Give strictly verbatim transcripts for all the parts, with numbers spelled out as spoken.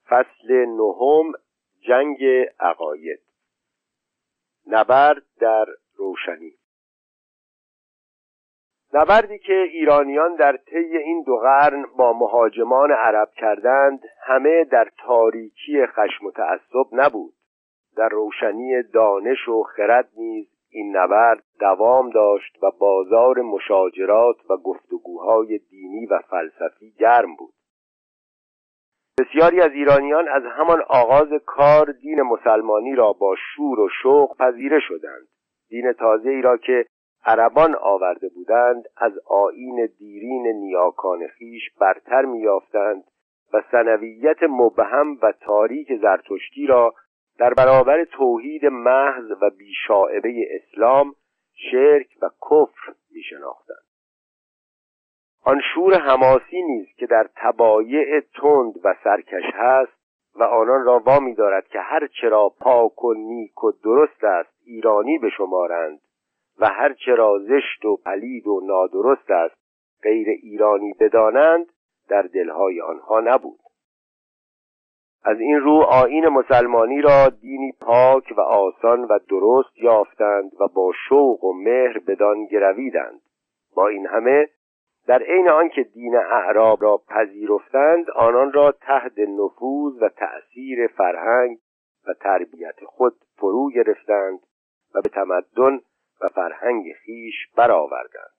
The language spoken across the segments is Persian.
فصل نهم، جنگ عقاید. نبرد در روشنی. نبردی که ایرانیان در طی این دو قرن با مهاجمان عرب کردند همه در تاریکی خشم و تعصب نبود. در روشنی دانش و خرد نیز این نبرد دوام داشت و بازار مشاجرات و گفتگوهای دینی و فلسفی گرم بود. بسیاری از ایرانیان از همان آغاز کار دین مسلمانی را با شور و شوق پذیره شدند. دین تازه‌ای را که عربان آورده بودند از آیین دیرین نیاکان خویش برتر می‌یافتند و ثانویت مبهم و تاریک زرتشتی را در برابر توحید محض و بی‌شائبه اسلام شرک و کفر می‌شناختند. آن شور حماسی نیز که در طبایع تند و سرکش هست و آنان را وامی دارد که هر چرا پاک و نیک و درست است ایرانی بشمارند و هر چرا زشت و پلید و نادرست است غیر ایرانی بدانند، در دلهای آنها نبود. از این رو آیین مسلمانی را دینی پاک و آسان و درست یافتند و با شوق و مهر بدان گرویدند. با این همه در عین آنکه دین اعراب را پذیرفتند، آنان را تحت نفوذ و تأثیر فرهنگ و تربیت خود فرو گرفتند و به تمدن و فرهنگ خویش برآوردند.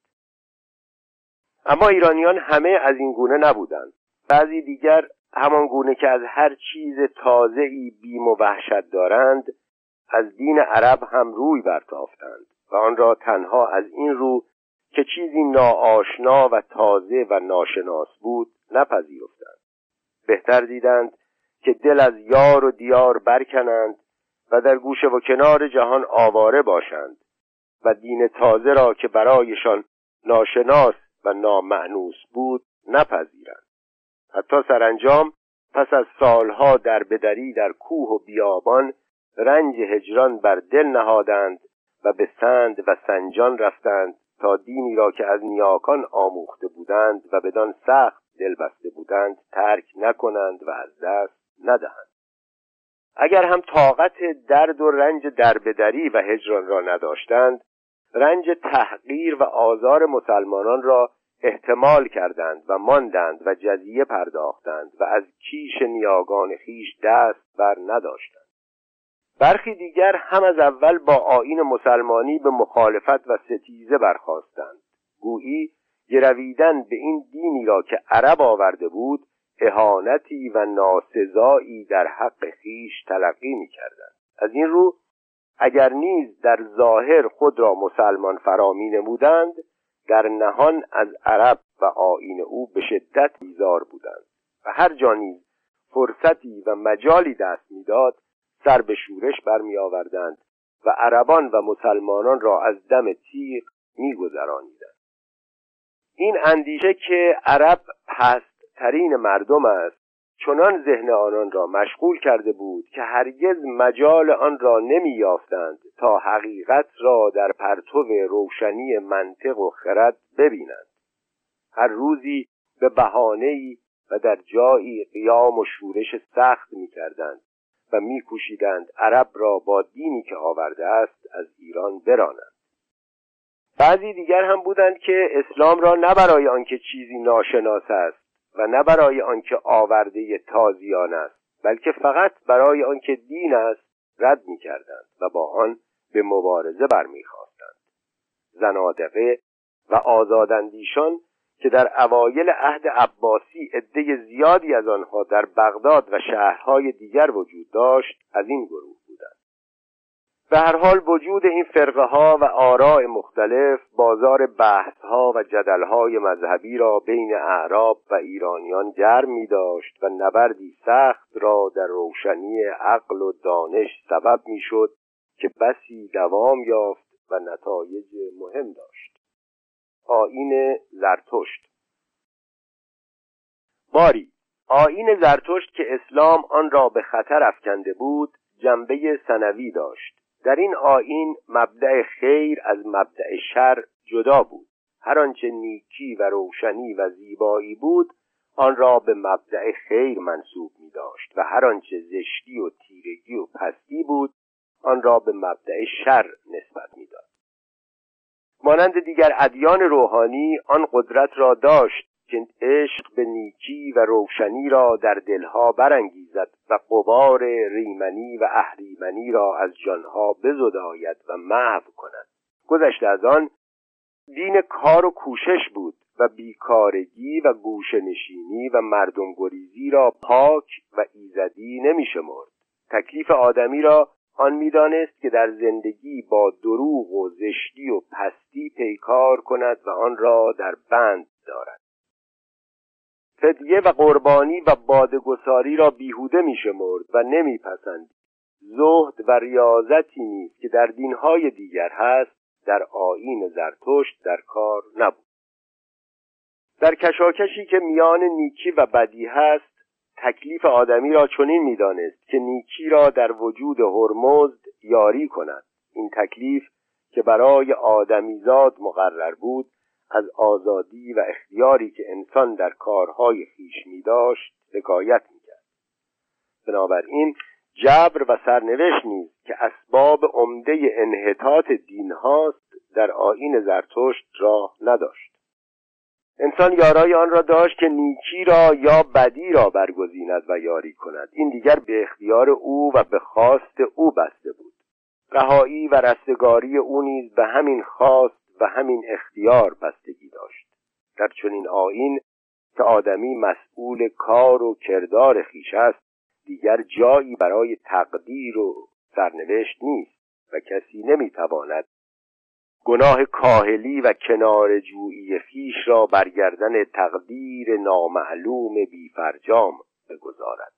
اما ایرانیان همه از این گونه نبودند. بعضی دیگر همان گونه که از هر چیز تازه‌ای بیم و وحشت دارند، از دین عرب هم روی برتافتند و آن را تنها از این رو که چیزی ناآشنا و تازه و ناشناس بود نپذیرفتند. بهتر دیدند که دل از یار و دیار برکنند و در گوشه و کنار جهان آواره باشند و دین تازه را که برایشان ناشناس و نامأنوس بود نپذیرند. حتی سرانجام پس از سالها دربدری در کوه و بیابان رنج هجران بر دل نهادند و به سند و سنجان رفتند تا دینی را که از نیاکان آموخته بودند و بدان سخت دل بسته بودند ترک نکنند و از دست ندهند. اگر هم طاقت درد و رنج دربدری و هجران را نداشتند، رنج تحقیر و آزار مسلمانان را احتمال کردند و ماندند و جزیه پرداختند و از کیش نیاگان خیش دست بر نداشتند. برخی دیگر هم از اول با آیین مسلمانی به مخالفت و ستیزه برخاستند. گویی گرویدن به این دینی را که عرب آورده بود اهانتی و ناسزایی در حق خیش تلقی می‌کردند. از این رو اگر نیز در ظاهر خود را مسلمان فرا می‌نمودند، در نهان از عرب و آیین او به شدت بیزار بودند و هر جا نیز فرصتی و مجالی دست می‌داد سر به شورش برمی آوردند و عربان و مسلمانان را از دم تیغ می گذرانیدند. این اندیشه که عرب پست ترین مردم است چنان ذهن آنان را مشغول کرده بود که هرگز مجال آن را نمی یافتند تا حقیقت را در پرتو روشنی منطق و خرد ببینند. هر روزی به بهانه‌ای و در جایی قیام و شورش سخت می کردند و می‌کوشیدند عرب را با دینی که آورده است از ایران برانند. بعضی دیگر هم بودند که اسلام را نه برای آنکه چیزی ناشناس است و نه برای آنکه آورده تازیان است، بلکه فقط برای آنکه دین است رد می‌کردند و با آن به مبارزه برمی‌خواستند. زنادقه و آزاداندیشان که در اوایل عهد عباسی عده زیادی از آنها در بغداد و شهرهای دیگر وجود داشت از این گروه بودند. به هر حال وجود این فرقه ها و آراء مختلف بازار بحث ها و جدل های مذهبی را بین اعراب و ایرانیان گرم می داشت و نبردی سخت را در روشنی عقل و دانش سبب می شد که بسی دوام یافت و نتایج مهم داشت. آیین زرتشت. باری آیین زرتشت که اسلام آن را به خطر افکنده بود جنبه ثانوی داشت. در این آیین مبدأ خیر از مبدأ شر جدا بود. هر آنچه نیکی و روشنی و زیبایی بود آن را به مبدأ خیر منسوب می داشت و و هر آنچه زشتی و تیرگی و پستی بود آن را به مبدأ شر نسبت می‌داد. مانند دیگر ادیان روحانی آن قدرت را داشت که عشق به نیکی و روشنی را در دلها برانگیزد و غبار ریمنی و اهریمنی را از جانها بزداید و محو کند. گذشته از آن دین کار و کوشش بود و بیکارگی و گوشه‌نشینی و مردم گریزی را پاک و ایزدی نمی‌شمرد. تکلیف آدمی را آن می‌دانست که در زندگی با دروغ و زشتی و پستی پیکار کند و آن را در بند دارد. فدیه و قربانی و باده‌گساری را بیهوده می‌شمرد و نمی‌پسندید. زهد و ریاضتی نیز که در دین‌های دیگر هست در آیین زرتشت در کار نبود. در کشاکشی که میان نیکی و بدی هست تکلیف آدمی را چنین می‌دانست که نیکی را در وجود هرمزد یاری کند. این تکلیف که برای آدمیزاد مقرر بود از آزادی و اختیاری که انسان در کارهای خویش می‌داشت حکایت می‌کرد. بنابراین جبر و سرنوشت نیز که اسباب عمده انحطاط دین هاست در آیین زرتشت راه نداشت. انسان یارای آن را داشت که نیکی را یا بدی را برگزیند و یاری کند. این دیگر به اختیار او و به خواست او بسته بود. رهایی و رستگاری او نیز به همین خواست و همین اختیار بستگی داشت. در چنین آیین که آدمی مسئول کار و کردار خویش است دیگر جایی برای تقدیر و سرنوشت نیست و کسی نمیتواند گناه کاهلی و کنارجویی خویش را برگردن تقدیر نامعلوم بی‌فرجام بگذارد.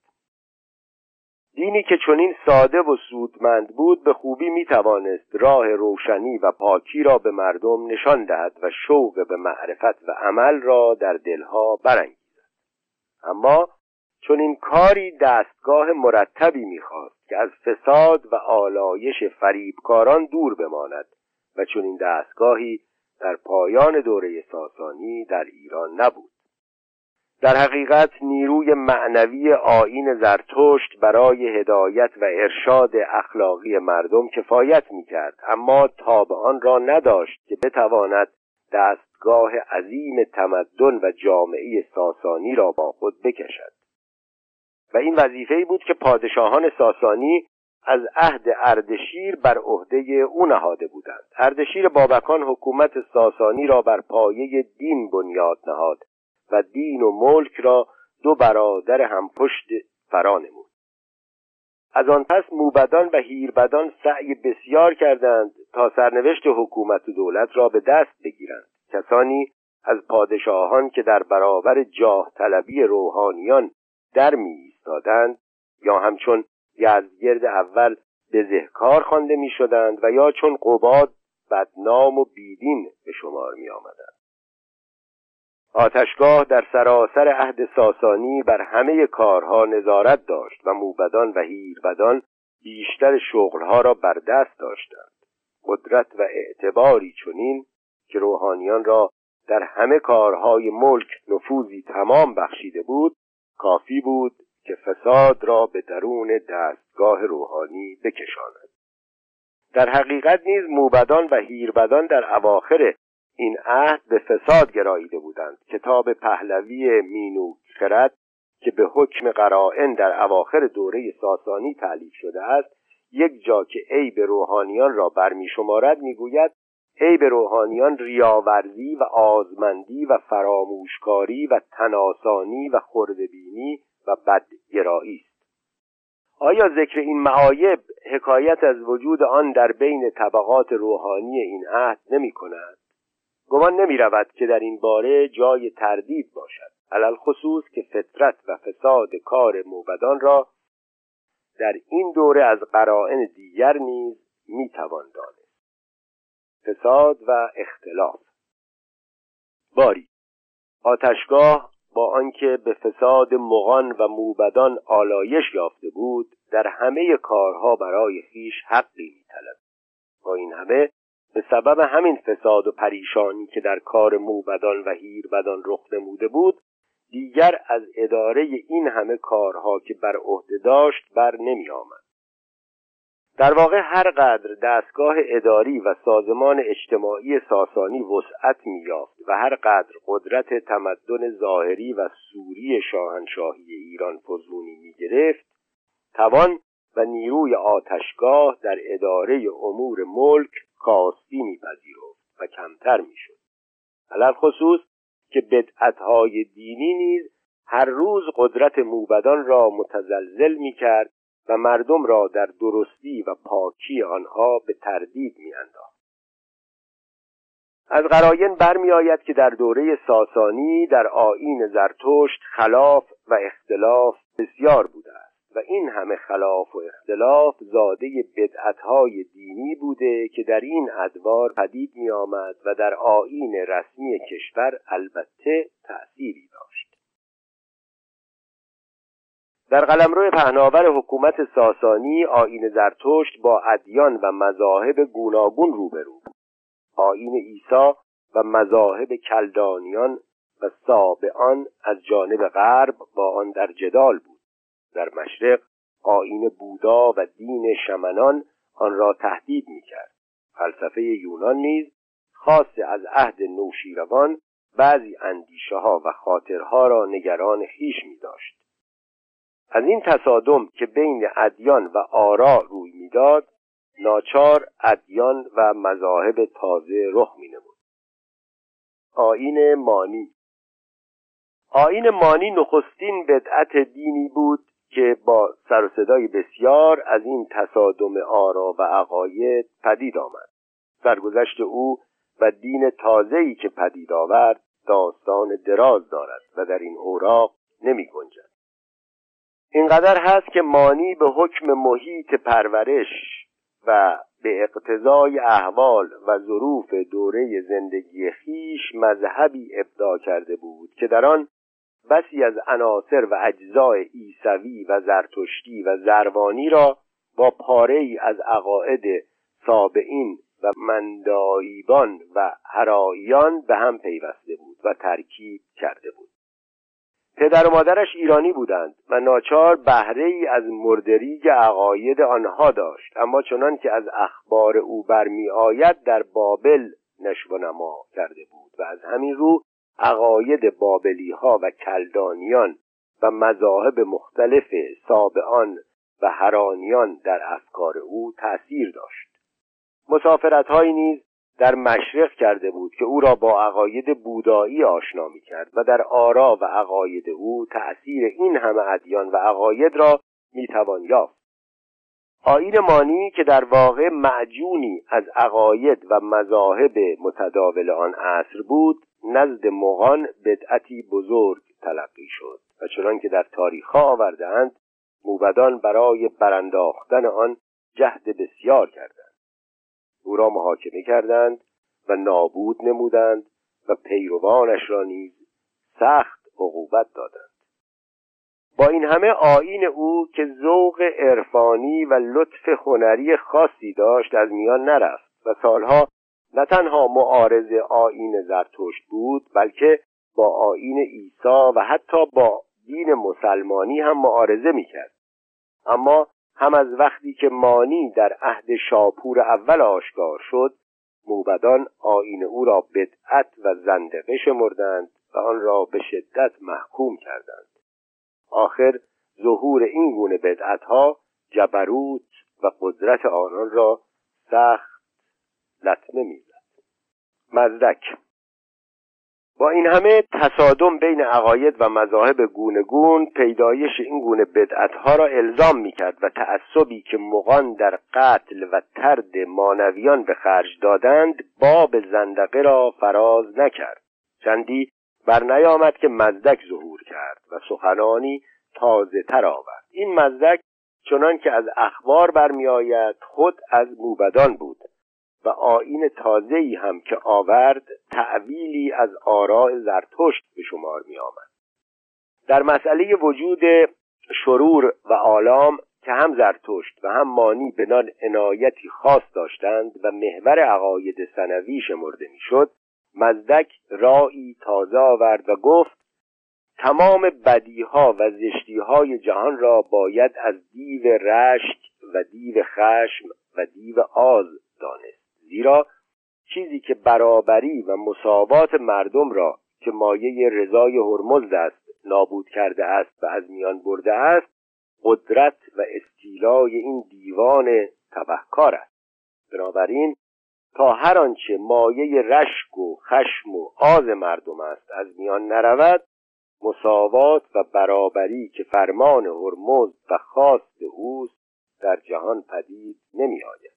دینی که چنین ساده و سودمند بود به خوبی میتوانست راه روشنی و پاکی را به مردم نشان دهد و شوق به معرفت و عمل را در دلها برانگیزد. اما چنین کاری دستگاه مرتبی میخواست که از فساد و آلایش فریبکاران دور بماند و چنین دستگاهی در پایان دوره ساسانی در ایران نبود. در حقیقت نیروی معنوی آیین زرتشت برای هدایت و ارشاد اخلاقی مردم کفایت می‌کرد، اما تاب آن را نداشت که بتواند دستگاه عظیم تمدن و جامعه ساسانی را با خود بکشد. و این وظیفه‌ای بود که پادشاهان ساسانی از عهد اردشیر بر عهده او نهاده بودند. اردشیر بابکان حکومت ساسانی را بر پایه دین بنیاد نهاد و دین و ملک را دو برادر همپشت فرا نمود. از آن پس موبدان و هیربدان سعی بسیار کردند تا سرنوشت حکومت و دولت را به دست بگیرند. کسانی از پادشاهان که در برابر جاه طلبی روحانیان در می ایستادند یا همچون یزدگرد اول بزهکار خوانده می شدند و یا چون قباد بدنام و بیدین به شمار می آمدند. آتشگاه در سراسر عهد ساسانی بر همه کارها نظارت داشت و موبدان و هیربدان بیشتر شغلها را بر دست داشتند. قدرت و اعتباری چنین که روحانیان را در همه کارهای ملک نفوذی تمام بخشیده بود کافی بود که فساد را به درون دستگاه روحانی بکشاند. در حقیقت نیز موبدان و هیربدان در اواخر این عهد به فساد گراییده بودند. کتاب پهلوی مینوخرد که به حکم قرائن در اواخر دوره ساسانی تألیف شده است، یک جا که عیب روحانیان را برمی شمارد میگوید عیب روحانیان ریاورزی و آزمندی و فراموشکاری و تناسانی و خردبینی و بدگرایی است. آیا ذکر این معایب حکایت از وجود آن در بین طبقات روحانی این عهد نمی کند؟ گمان نمی رود که در این باره جای تردید باشد، علل خصوص که فطرت و فساد کار موبدان را در این دوره از قرائن دیگر نیز می توان دانست. فساد و اختلاف. باری آتشگاه با آنکه به فساد مغان و موبدان آلایش یافته بود در همه کارها برای خویش حقی می‌طلب. با این همه به سبب همین فساد و پریشانی که در کار موبدان و هیربدان رخ نموده بود دیگر از اداره این همه کارها که بر عهده داشت بر نمی آمد. در واقع هر قدر دستگاه اداری و سازمان اجتماعی ساسانی وسعت می‌یافت و هر قدر قدرت تمدن ظاهری و سوری شاهنشاهی ایران فزونی می‌گرفت، توان و نیروی آتشگاه در اداره امور ملک کاستی می‌پذیرفت و کمتر می‌شد. علل خصوص که بدعت‌های دینی نیز هر روز قدرت موبدان را متزلزل می‌کرد و مردم را در درستی و پاکی آنها به تردید می‌انداخت. از قراین برمی آید که در دوره ساسانی در آیین زرتشت خلاف و اختلاف بسیار بوده است و این همه خلاف و اختلاف زاده بدعت‌های دینی بوده که در این ادوار پدید می آمد و در آیین رسمی کشور البته تأثیری داشت. در قلمرو پهناور حکومت ساسانی آیین زرتشت با ادیان و مذاهب گوناگون روبرو بود. آیین عیسی و مذاهب کلدانیان و سابعان از جانب غرب با آن در جدال بود. در مشرق آیین بودا و دین شمنان آن را تهدید می‌کرد. فلسفه یونان نیز خاص از عهد نوشیروان بعضی اندیشه‌ها و خاطرها را نگران خویش می‌داشت. از این تصادم که بین ادیان و آرا روی می‌داد، ناچار ادیان و مذاهب تازه رخ می‌نمود. آیین مانی آیین مانی نخستین بدعت دینی بود که با سر و صدای بسیار از این تصادم آرا و عقاید پدید آمد. سرگذشت او و دین تازه‌ای که پدید آورد داستان دراز دارد و در این اوراق نمی گنجد. اینقدر هست که مانی به حکم محیط پرورش و به اقتضای احوال و ظروف دوره زندگی خیش مذهبی ابداع کرده بود که در آن بسی از عناصر و اجزای عیسوی و زرتشتی و زروانی را با پاره‌ای از عقاید سابعین و منداییبان و هرائیان به هم پیوسته بود و ترکیب کرده بود. پدر و مادرش ایرانی بودند و ناچار بهره‌ای از مردریگ عقاید آنها داشت، اما چنان که از اخبار او برمی آید در بابل نشو و نما کرده بود و از همین رو عقاید بابلی ها و کلدانیان و مذاهب مختلف سابعان و هرانیان در افکار او تأثیر داشت. مسافرت های نیز در مشرق کرده بود که او را با عقاید بودایی آشنا می کرد و در آرا و عقاید او تأثیر این همه ادیان و عقاید را می توان یافت. آیین مانی که در واقع معجونی از عقاید و مذاهب متداول آن عصر بود، نزد مغان بدعتی بزرگ تلقی شد و چنان که در تاریخ‌ها آورده‌اند موبدان برای برانداختن آن جهد بسیار کردند. او را محاکمه کردند و نابود نمودند و پیروانش را نیز سخت عقوبت دادند. با این همه آیین او که ذوق عرفانی و لطف هنری خاصی داشت از میان نرفت و سالها نه تنها معارض آیین زرتشت بود، بلکه با آیین عیسی و حتی با دین مسلمانی هم معارضه می‌کرد. اما هم از وقتی که مانی در عهد شاپور اول آشکار شد، موبدان آیین او را بدعت و زندقه شمردند و آن را به شدت محکوم کردند. آخر ظهور این گونه بدعت‌ها جبروت و قدرت آنان را سخت لطمه می‌زد. مزدک با این همه تصادم بین عقاید و مذاهب گوناگون پیدایش این گونه بدعت‌ها را الزام می‌کرد و تعصبی که مغان در قتل و طرد مانویان به خرج دادند باب زندقه را فراز نکرد. چندی بر نیامد که مزدک ظهور کرد و سخنانی تازه تر آورد. این مزدک چنان که از اخبار برمی آید خود از موبدان بود و آیین تازه‌ای هم که آورد تعویلی از آراء زرتشت به شمار می آمد. در مسئله وجود شرور و آلام که هم زرتشت و هم مانی بنان عنایتی خاص داشتند و محور عقاید ثانوی شمرده می شد، مزدک رایی تازه آورد و گفت تمام بدیها و زشتیهای جهان را باید از دیو رشک و دیو خشم و دیو آز دانست، زیرا چیزی که برابری و مساوات مردم را که مایه رضای هرمزد است نابود کرده است و از میان برده است، قدرت و استیلای این دیوان تبهکار است. بنابراین تا هر آنچه مایه رشک و خشم و آز مردم است از میان نرود، مساوات و برابری که فرمان هرمزد و خواست اوست در جهان پدید نمی آید.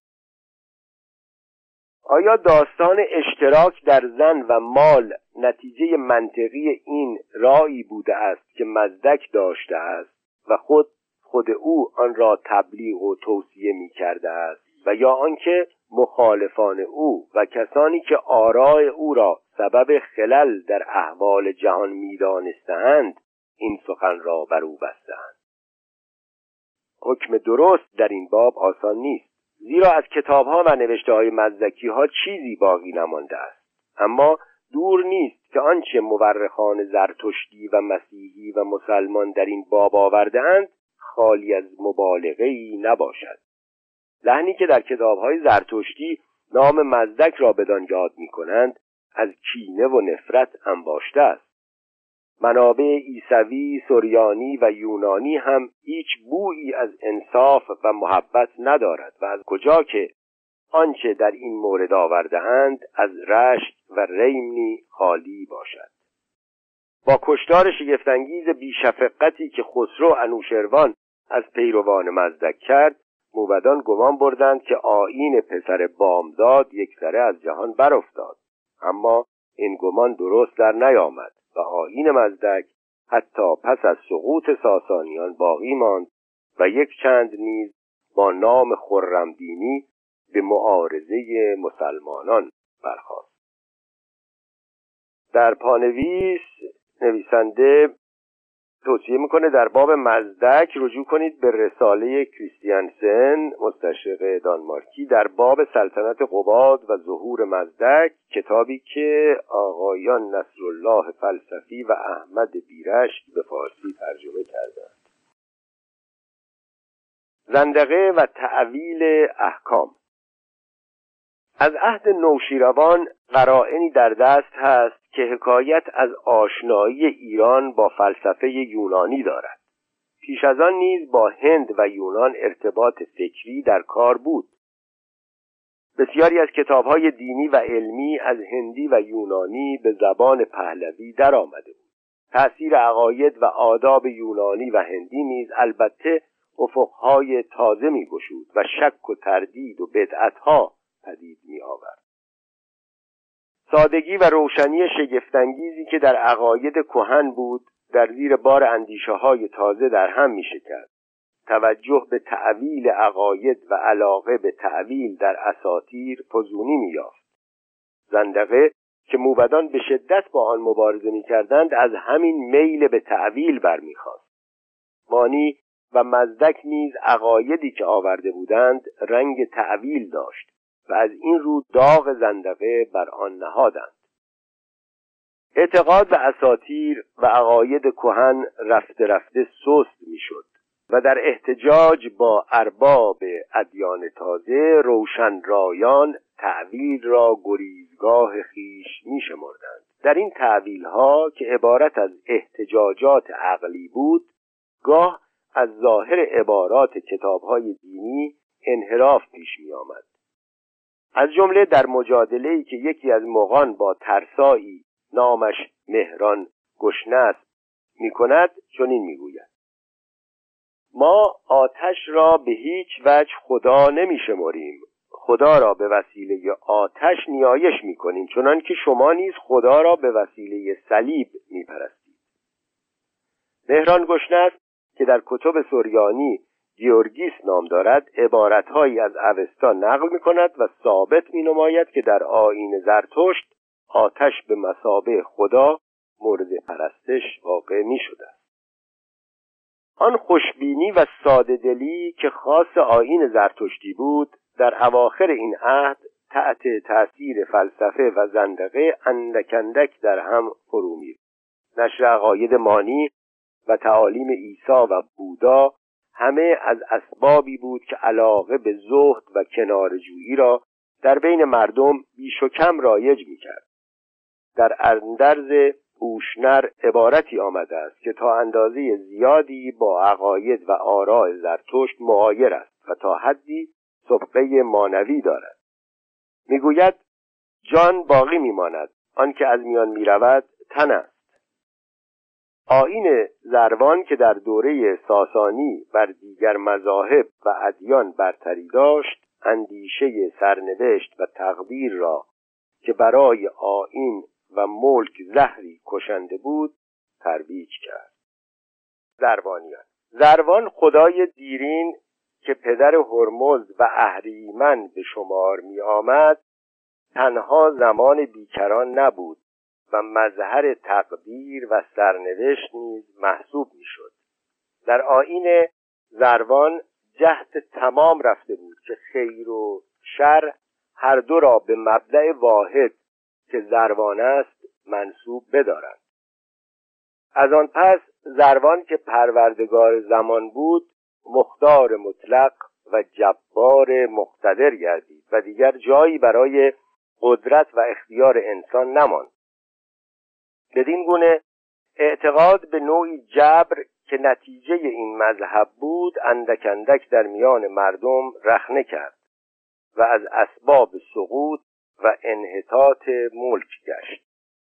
آیا داستان اشتراک در زن و مال نتیجه منطقی این رایی بوده است که مزدک داشته است و خود خود او آن را تبلیغ و توصیه می کرده است، و یا آنکه مخالفان او و کسانی که آراء او را سبب خلل در احوال جهان می دانستند این سخن را بر او بستند؟ حکم درست در این باب آسان نیست، زیرا از کتاب‌ها و نوشته‌های مزدکی‌ها چیزی باقی نمانده است. اما دور نیست که آنچه مورخان زرتشتی و مسیحی و مسلمان در این باب آورده‌اند خالی از مبالغه‌ای نباشد. لحنی که در کتاب‌های زرتشتی نام مزدک را بدان یاد می‌کنند از کینه و نفرت انباشته است. منابع عیسوی، سریانی و یونانی هم هیچ بویی از انصاف و محبت ندارد و از کجا که آنچه در این مورد آورده‌اند از رشک و ریمنی خالی باشد. با کشتار شگفت‌انگیز بی‌شفقتی که خسرو انوشروان از پیروان مزدک کرد، موبدان گمان بردند که آیین پسر بامداد یکسره از جهان برافتاد، اما این گمان درست در نیامد و آیین مزدک حتی پس از سقوط ساسانیان باقی ماند و یک چند نیز با نام خرمدینی به معارضه مسلمانان برخاست. در پانویس نویسنده توصیه میکنه در باب مزدک رجوع کنید به رساله کریستیانسن، مستشرق دانمارکی، در باب سلطنت قباد و ظهور مزدک، کتابی که آقایان نصرالله فلسفی و احمد بیرشت به فارسی ترجمه کردند. زندقه و تأویل احکام. از عهد نوشیروان قرائنی در دست هست که حکایت از آشنایی ایران با فلسفه یونانی دارد. پیش از آن نیز با هند و یونان ارتباط فکری در کار بود. بسیاری از کتاب‌های دینی و علمی از هندی و یونانی به زبان پهلوی در آمده بود. تأثیر عقاید و آداب یونانی و هندی نیز البته افقهای تازه می‌گشود و شک و تردید و بدعت‌ها پدید می آورد. سادگی و روشنی شگفت‌انگیزی که در عقاید کهن بود در زیر بار اندیشه‌های تازه در هم می شکست. توجه به تأویل عقاید و علاقه به تأویل در اساطیر فزونی می یافت. زندقه که موبدان به شدت با آن مبارزه می کردند از همین میل به تأویل برمیخواست. مانی و مزدک نیز عقایدی که آورده بودند رنگ تأویل داشت و از این رو داغ زندقه بر آن نهادند. اعتقاد به اساطیر و عقاید کهن رفته رفته سست میشد و در احتجاج با ارباب ادیان تازه روشن رایان تأویل را گریزگاه خیش میشمردند. در این تأویل ها که عبارت از احتجاجات عقلی بود، گاه از ظاهر عبارات کتاب های دینی انحراف پیش می آمد. از جمله در مجادله‌ای که یکی از مغان با ترسایی نامش مهران گشنس می کند چنین می گوید: ما آتش را به هیچ وجه خدا نمی شمریم، خدا را به وسیله آتش نیایش می کنیم، چنان که شما نیز خدا را به وسیله صلیب می پرستید. مهران گشنس که در کتب سریانی گیورگیس نام دارد، عبارتهایی از اوستا نقل می کند و ثابت می نماید که در آیین زرتشت آتش به مثابه خدا مورد پرستش واقع می شده. آن خوشبینی و ساده دلی که خاص آیین زرتشتی بود در اواخر این عهد تحت تأثیر فلسفه و زندقه اندک اندک در هم فرو می‌ریخت. نشر عقاید مانی و تعالیم عیسی و بودا همه از اسبابی بود که علاقه به زهد و کناره‌جویی را در بین مردم بیش و کم رایج می‌کرد. در اندرز اوشنر عبارتی آمده است که تا اندازه زیادی با عقاید و آراء زرتشت مغایر است و تا حدی سابقه مانوی دارد. میگوید جان باقی میماند، آن که از میان میرود تن است. آیین زروان که در دوره ساسانی بر دیگر مذاهب و ادیان برتری داشت، اندیشه سرنوشت و تقدیر را که برای آیین و ملک زهری کشنده بود ترویج کرد. زروانیان. زروان خدای دیرین که پدر هرمز و اهریمن به شمار می آمد تنها زمان بیکران نبود و مظهر تقدیر و سرنوشت نیز محسوب می شد. در آیین زروان جهت تمام رفته بود که خیر و شر هر دو را به مبدأ واحد که زروان است منسوب بدارند. از آن پس زروان که پروردگار زمان بود مختار مطلق و جبار مقتدر گردید و دیگر جایی برای قدرت و اختیار انسان نماند. بدین گونه اعتقاد به نوعی جبر که نتیجه این مذهب بود اندک اندک در میان مردم رخنه کرد و از اسباب سقوط و انحطاط ملک گشت.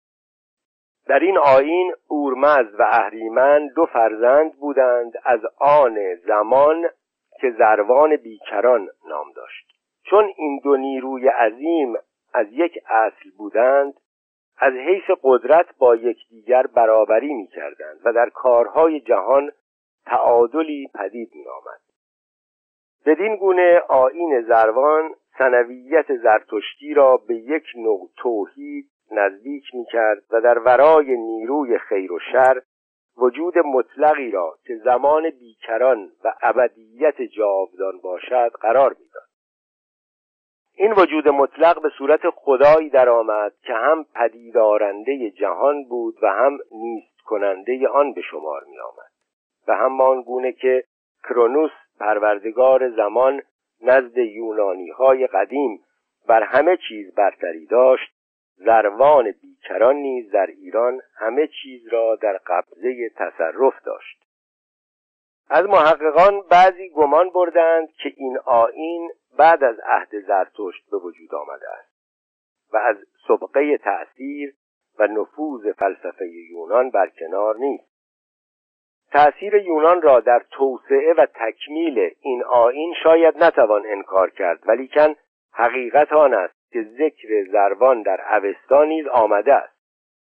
در این آیین اورمزد و اهریمن دو فرزند بودند از آن زمان که زروان بیکران نام داشت. چون این دو نیروی عظیم از یک اصل بودند، از حیث قدرت با یکدیگر برابری می کردند و در کارهای جهان تعادلی پدید می آمد. بدین گونه آیین زروان ثنویت زرتشتی را به یک نوع توحید نزدیک می کرد و در ورای نیروی خیر و شر وجود مطلقی را که زمان بیکران و ابدیت جاودان باشد قرار می داد. این وجود مطلق به صورت خدایی در آمد که هم پدیدارنده جهان بود و هم نیست کننده آن به شمار می آمد و همان گونه که کرونوس پروردگار زمان نزد یونانی های قدیم بر همه چیز برتری داشت، زروان بیکران نیز در ایران همه چیز را در قبضه تصرف داشت. از محققان بعضی گمان بردند که این آیین بعد از عهد زرتشت به وجود آمده است و از سابقه تأثیر و نفوذ فلسفه یونان برکنار نیست. تأثیر یونان را در توسعه و تکمیل این آیین شاید نتوان انکار کرد، ولیکن حقیقت آن است که ذکر زروان در اوستا نیز آمده است.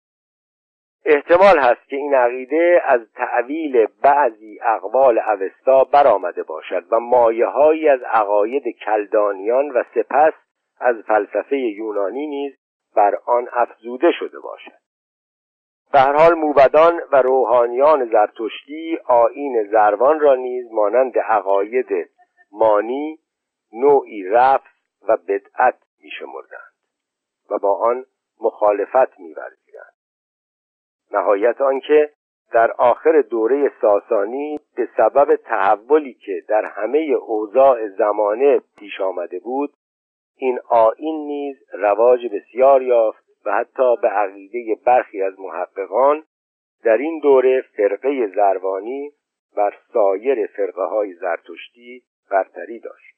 احتمال هست که این عقیده از تأویل بعضی اقوال اوستا برآمده باشد و مایه‌هایی از عقاید کلدانیان و سپس از فلسفه یونانی نیز بر آن افزوده شده باشد. به هر حال موبدان و روحانیان زرتشتی آیین زروان را نیز مانند عقاید مانی نوعی رفض و بدعت می‌شمردند و با آن مخالفت می‌ورزیدند. نهایت آنکه در آخر دوره ساسانی به سبب تحولی که در همه اوضاع زمانه پیش آمده بود این آیین نیز رواج بسیار یافت و حتی به عقیده برخی از محققان در این دوره فرقه زروانی بر سایر فرقه های زرتشتی برتری داشت.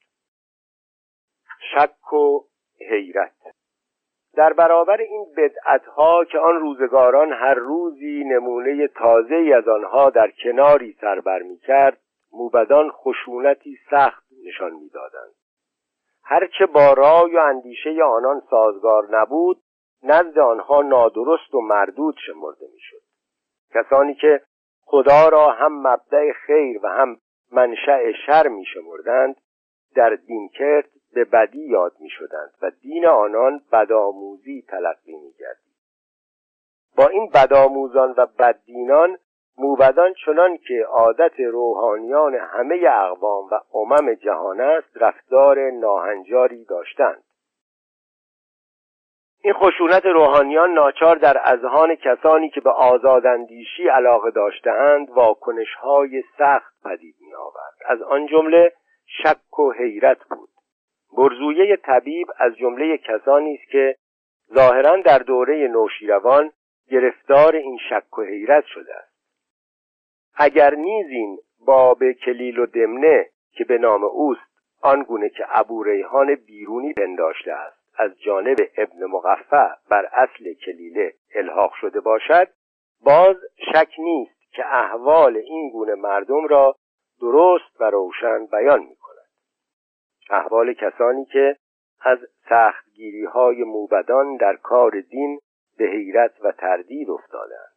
شک و حیرت. در برابر این بدعت‌ها که آن روزگاران هر روزی نمونه تازه‌ای از آنها در کناری سر بر می‌کرد، موبدان خشونتی سخت نشان می‌دادند. هرچه با رای و اندیشه آنان سازگار نبود، نزد آنها نادرست و مردود شمرده می‌شد. کسانی که خدا را هم مبدأ خیر و هم منشأ شر می‌شمردند، در دینکرد به بدی یاد می شدند و دین آنان بدآموزی تلقی می گردید. با این بدآموزان و بددینان موبدان چنان که عادت روحانیان همه اقوام و امم جهان است رفتار ناهنجاری داشتند. این خشونت روحانیان ناچار در اذهان کسانی که به آزاداندیشی علاقه داشته‌اند واکنش‌های سخت پدید می‌آورد. از آن جمله شک و حیرت بود. برزویه طبیب از جمله کسانی است که ظاهراً در دوره نوشیروان گرفتار این شک و حیرت شده است. اگر نیز این باب کلیل و دمنه که به نام اوست آنگونه که ابو ریحان بیرونی پنداشته است از جانب ابن مقفع بر اصل کلیله الحاق شده باشد، باز شک نیست که احوال این گونه مردم را درست و روشن بیان می کند. احوال کسانی که از سختگیری‌های موبدان در کار دین به حیرت و تردید افتادند.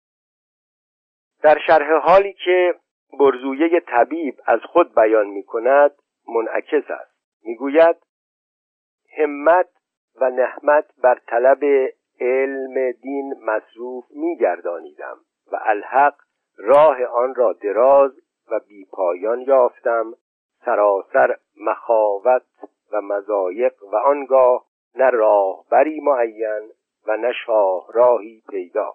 در شرح حالی که برزویه طبیب از خود بیان می کند منعکس است. می گوید همت و نهمت بر طلب علم دین مصروف می گردانیدم و الحق راه آن را دراز و بی پایان یافتم، سراسر مخاوت و مضایق و آنگاه نه راهبری معین و نه شاه راهی پیدا.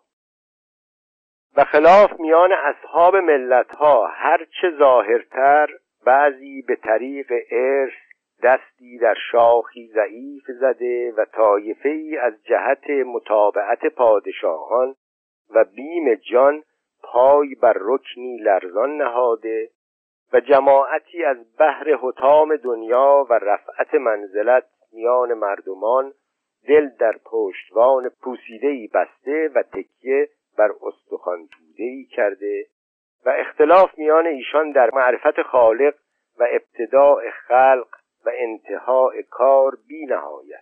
و خلاف میان اصحاب ملت‌ها هرچه ظاهرتر بعضی به طریق ارث دستی در شاخی ضعیف زده و طایفه‌ای از جهت متابعت پادشاهان و بیم جان پای بر رکنی لرزان نهاده و جماعتی از بحر حطام دنیا و رفعت منزلت میان مردمان دل در پشتوان پوسیده‌ای بسته و تکیه بر استخوان توده‌ای کرده و اختلاف میان ایشان در معرفت خالق و ابتداء خلق و انتهاء کار بی نهایت.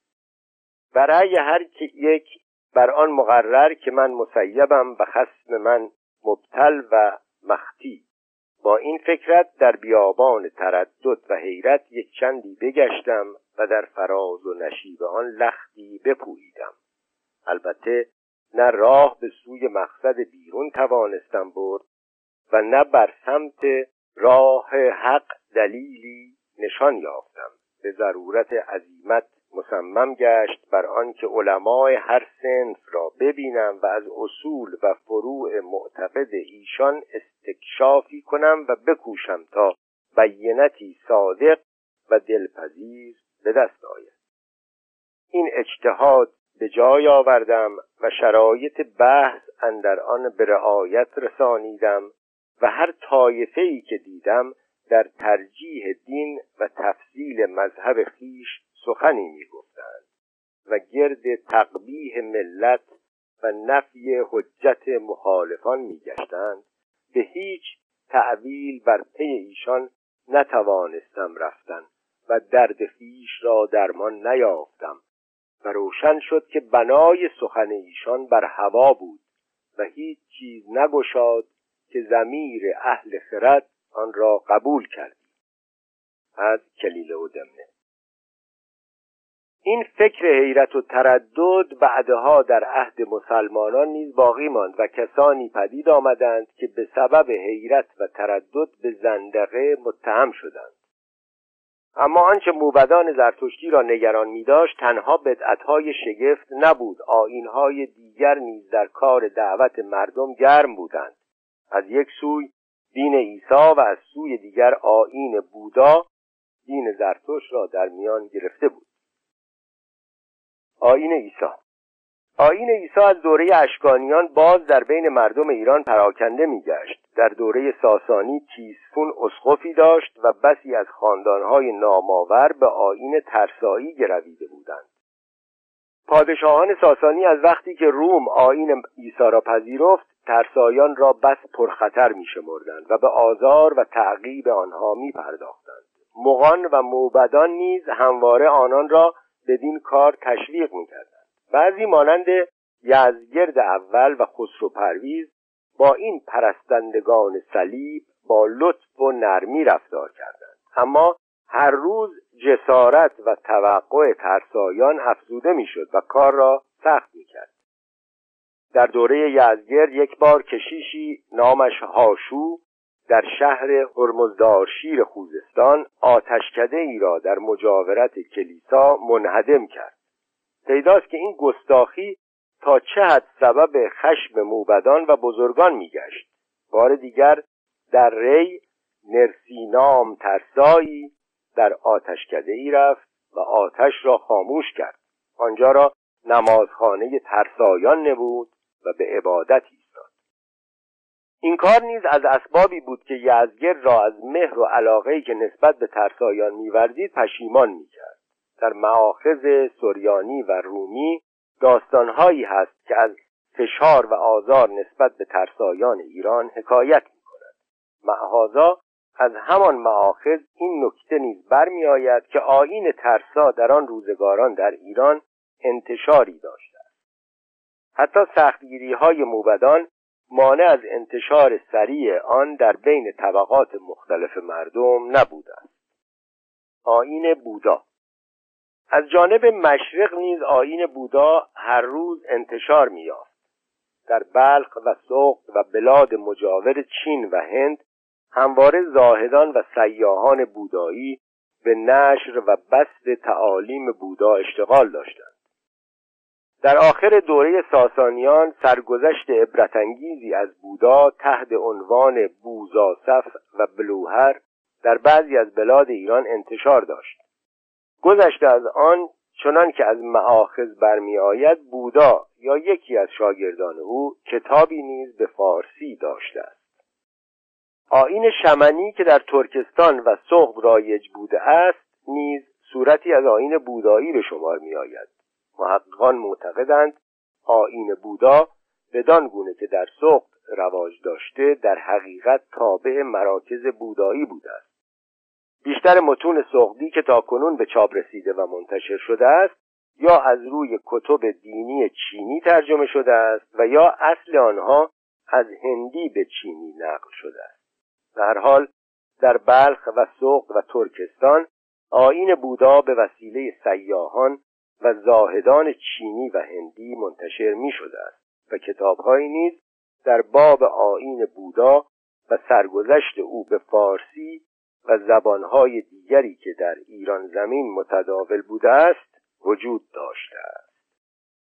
برای هر یک بر آن مقرر که من مسیبم و خصم من مبتل و مختی. با این فکرت در بیابان تردد و حیرت یک چندی بگشتم و در فراز و نشیب آن لختی بپوییدم. البته نه راه به سوی مقصد بیرون توانستم برد و نه بر سمت راه حق دلیلی نشان یافتم. به ضرورت عزیمت مصمم گشت بر آن که علمای هر صنف را ببینم و از اصول و فروع معتقد ایشان استکشافی کنم و بکوشم تا بینتی صادق و دلپذیر به دست آید. این اجتهاد به جای آوردم و شرایط بحث اندر آن به رعایت رسانیدم و هر طایفه‌ای که دیدم در ترجیح دین و تفضیل مذهب خویش سخنی می‌گفتند و گرد تقبیح ملت و نفی حجت مخالفان می‌گشتند. به هیچ تأویل بر پی ایشان نتوانستم رفتن و درد خویش را درمان نیافتم و روشن شد که بنای سخن ایشان بر هوا بود و هیچ چیز نگشاد که ضمیر اهل خرد آن را قبول کردی. از کلیله و دمنه. این فکر حیرت و تردد بعدها در عهد مسلمانان نیز باقی ماند و کسانی پدید آمدند که به سبب حیرت و تردد به زندقه متهم شدند. اما آنچه موبدان زرتشتی را نگران می‌داشت تنها بدعت‌های شگفت نبود، آیین‌های دیگر نیز در کار دعوت مردم گرم بودند. از یک سوی دین عیسی و از سوی دیگر آیین بودا دین زرتشت را در میان گرفته بود. آیین عیسی آیین عیسی از دوره اشکانیان باز در بین مردم ایران پراکنده می‌گشت. در دوره ساسانی تیسفون اسقفی داشت و بسی از خاندان‌های نامآور به آیین ترسایی گرویده بودند. پادشاهان ساسانی از وقتی که روم آیین عیسی را پذیرفت ترسایان را بس پرخطر می‌شمردند و به آزار و تعقیب آنها می‌پرداختند. مغان و موبدان نیز همواره آنان را بدین کار تشویق می‌کردند. بعضی مانند یزدگرد اول و خسرو پرویز با این پرستندگان صلیب با لطف و نرمی رفتار کردند، اما هر روز جسارت و توقع ترسایان افزوده می‌شد و کار را سخت می‌کرد. در دوره یزدگرد یک بار کشیشی نامش هاشو در شهر هرمزدارشیر خوزستان آتشکده ای را در مجاورت کلیسا منهدم کرد. پیداست که این گستاخی تا چه حد سبب خشم موبدان و بزرگان میگشت. بار دیگر در ری نرسینام ترسایی در آتشکده ای رفت و آتش را خاموش کرد. آنجا را نمازخانه ترسایان نمود و به عبادت ایستاد. این کار نیز از اسبابی بود که یزدگرد را از مهر و علاقه‌ای که نسبت به ترسایان می‌ورزید پشیمان می‌کرد. در مآخذ سریانی و رومی داستان‌هایی هست که از فشار و آزار نسبت به ترسایان ایران حکایت می‌کند. معهازا از همان مآخذ این نکته نیز برمی‌آید که آیین ترسا در آن روزگاران در ایران انتشاری داشته است. حتی سختگیری‌های موبدان مانع از انتشار سریع آن در بین طبقات مختلف مردم نبوده است. آیین بودا. از جانب مشرق نیز آیین بودا هر روز انتشار می‌یافت. در بلخ و سغد و بلاد مجاور چین و هند همواره زاهدان و سیاحان بودایی به نشر و بسط تعالیم بودا اشتغال داشتند. در آخر دوره ساسانیان سرگذشت عبرت‌انگیزی از بودا تحت عنوان بوزاصف و بلوهر در بعضی از بلاد ایران انتشار داشت. گذشته از آن چنان که از مآخذ برمی آید بودا یا یکی از شاگردان او کتابی نیز به فارسی داشته است. آیین شمنی که در ترکستان و سغد رایج بوده است نیز صورتی از آیین بودایی به شمار می آید. محققان معتقدند آیین بودا بدان گونه که در سغد رواج داشته در حقیقت تابع مراکز بودایی بوده است. بیشتر متون سغدی که تاکنون به چاپ رسیده و منتشر شده است یا از روی کتب دینی چینی ترجمه شده است و یا اصل آنها از هندی به چینی نقل شده است. در هر حال در بلخ و سغد و ترکستان آیین بودا به وسیله سیاحان و زاهدان چینی و هندی منتشر می شده است و کتاب‌هایی نیز در باب آیین بودا و سرگذشت او به فارسی و زبانهای دیگری که در ایران زمین متداول بوده است وجود داشته است.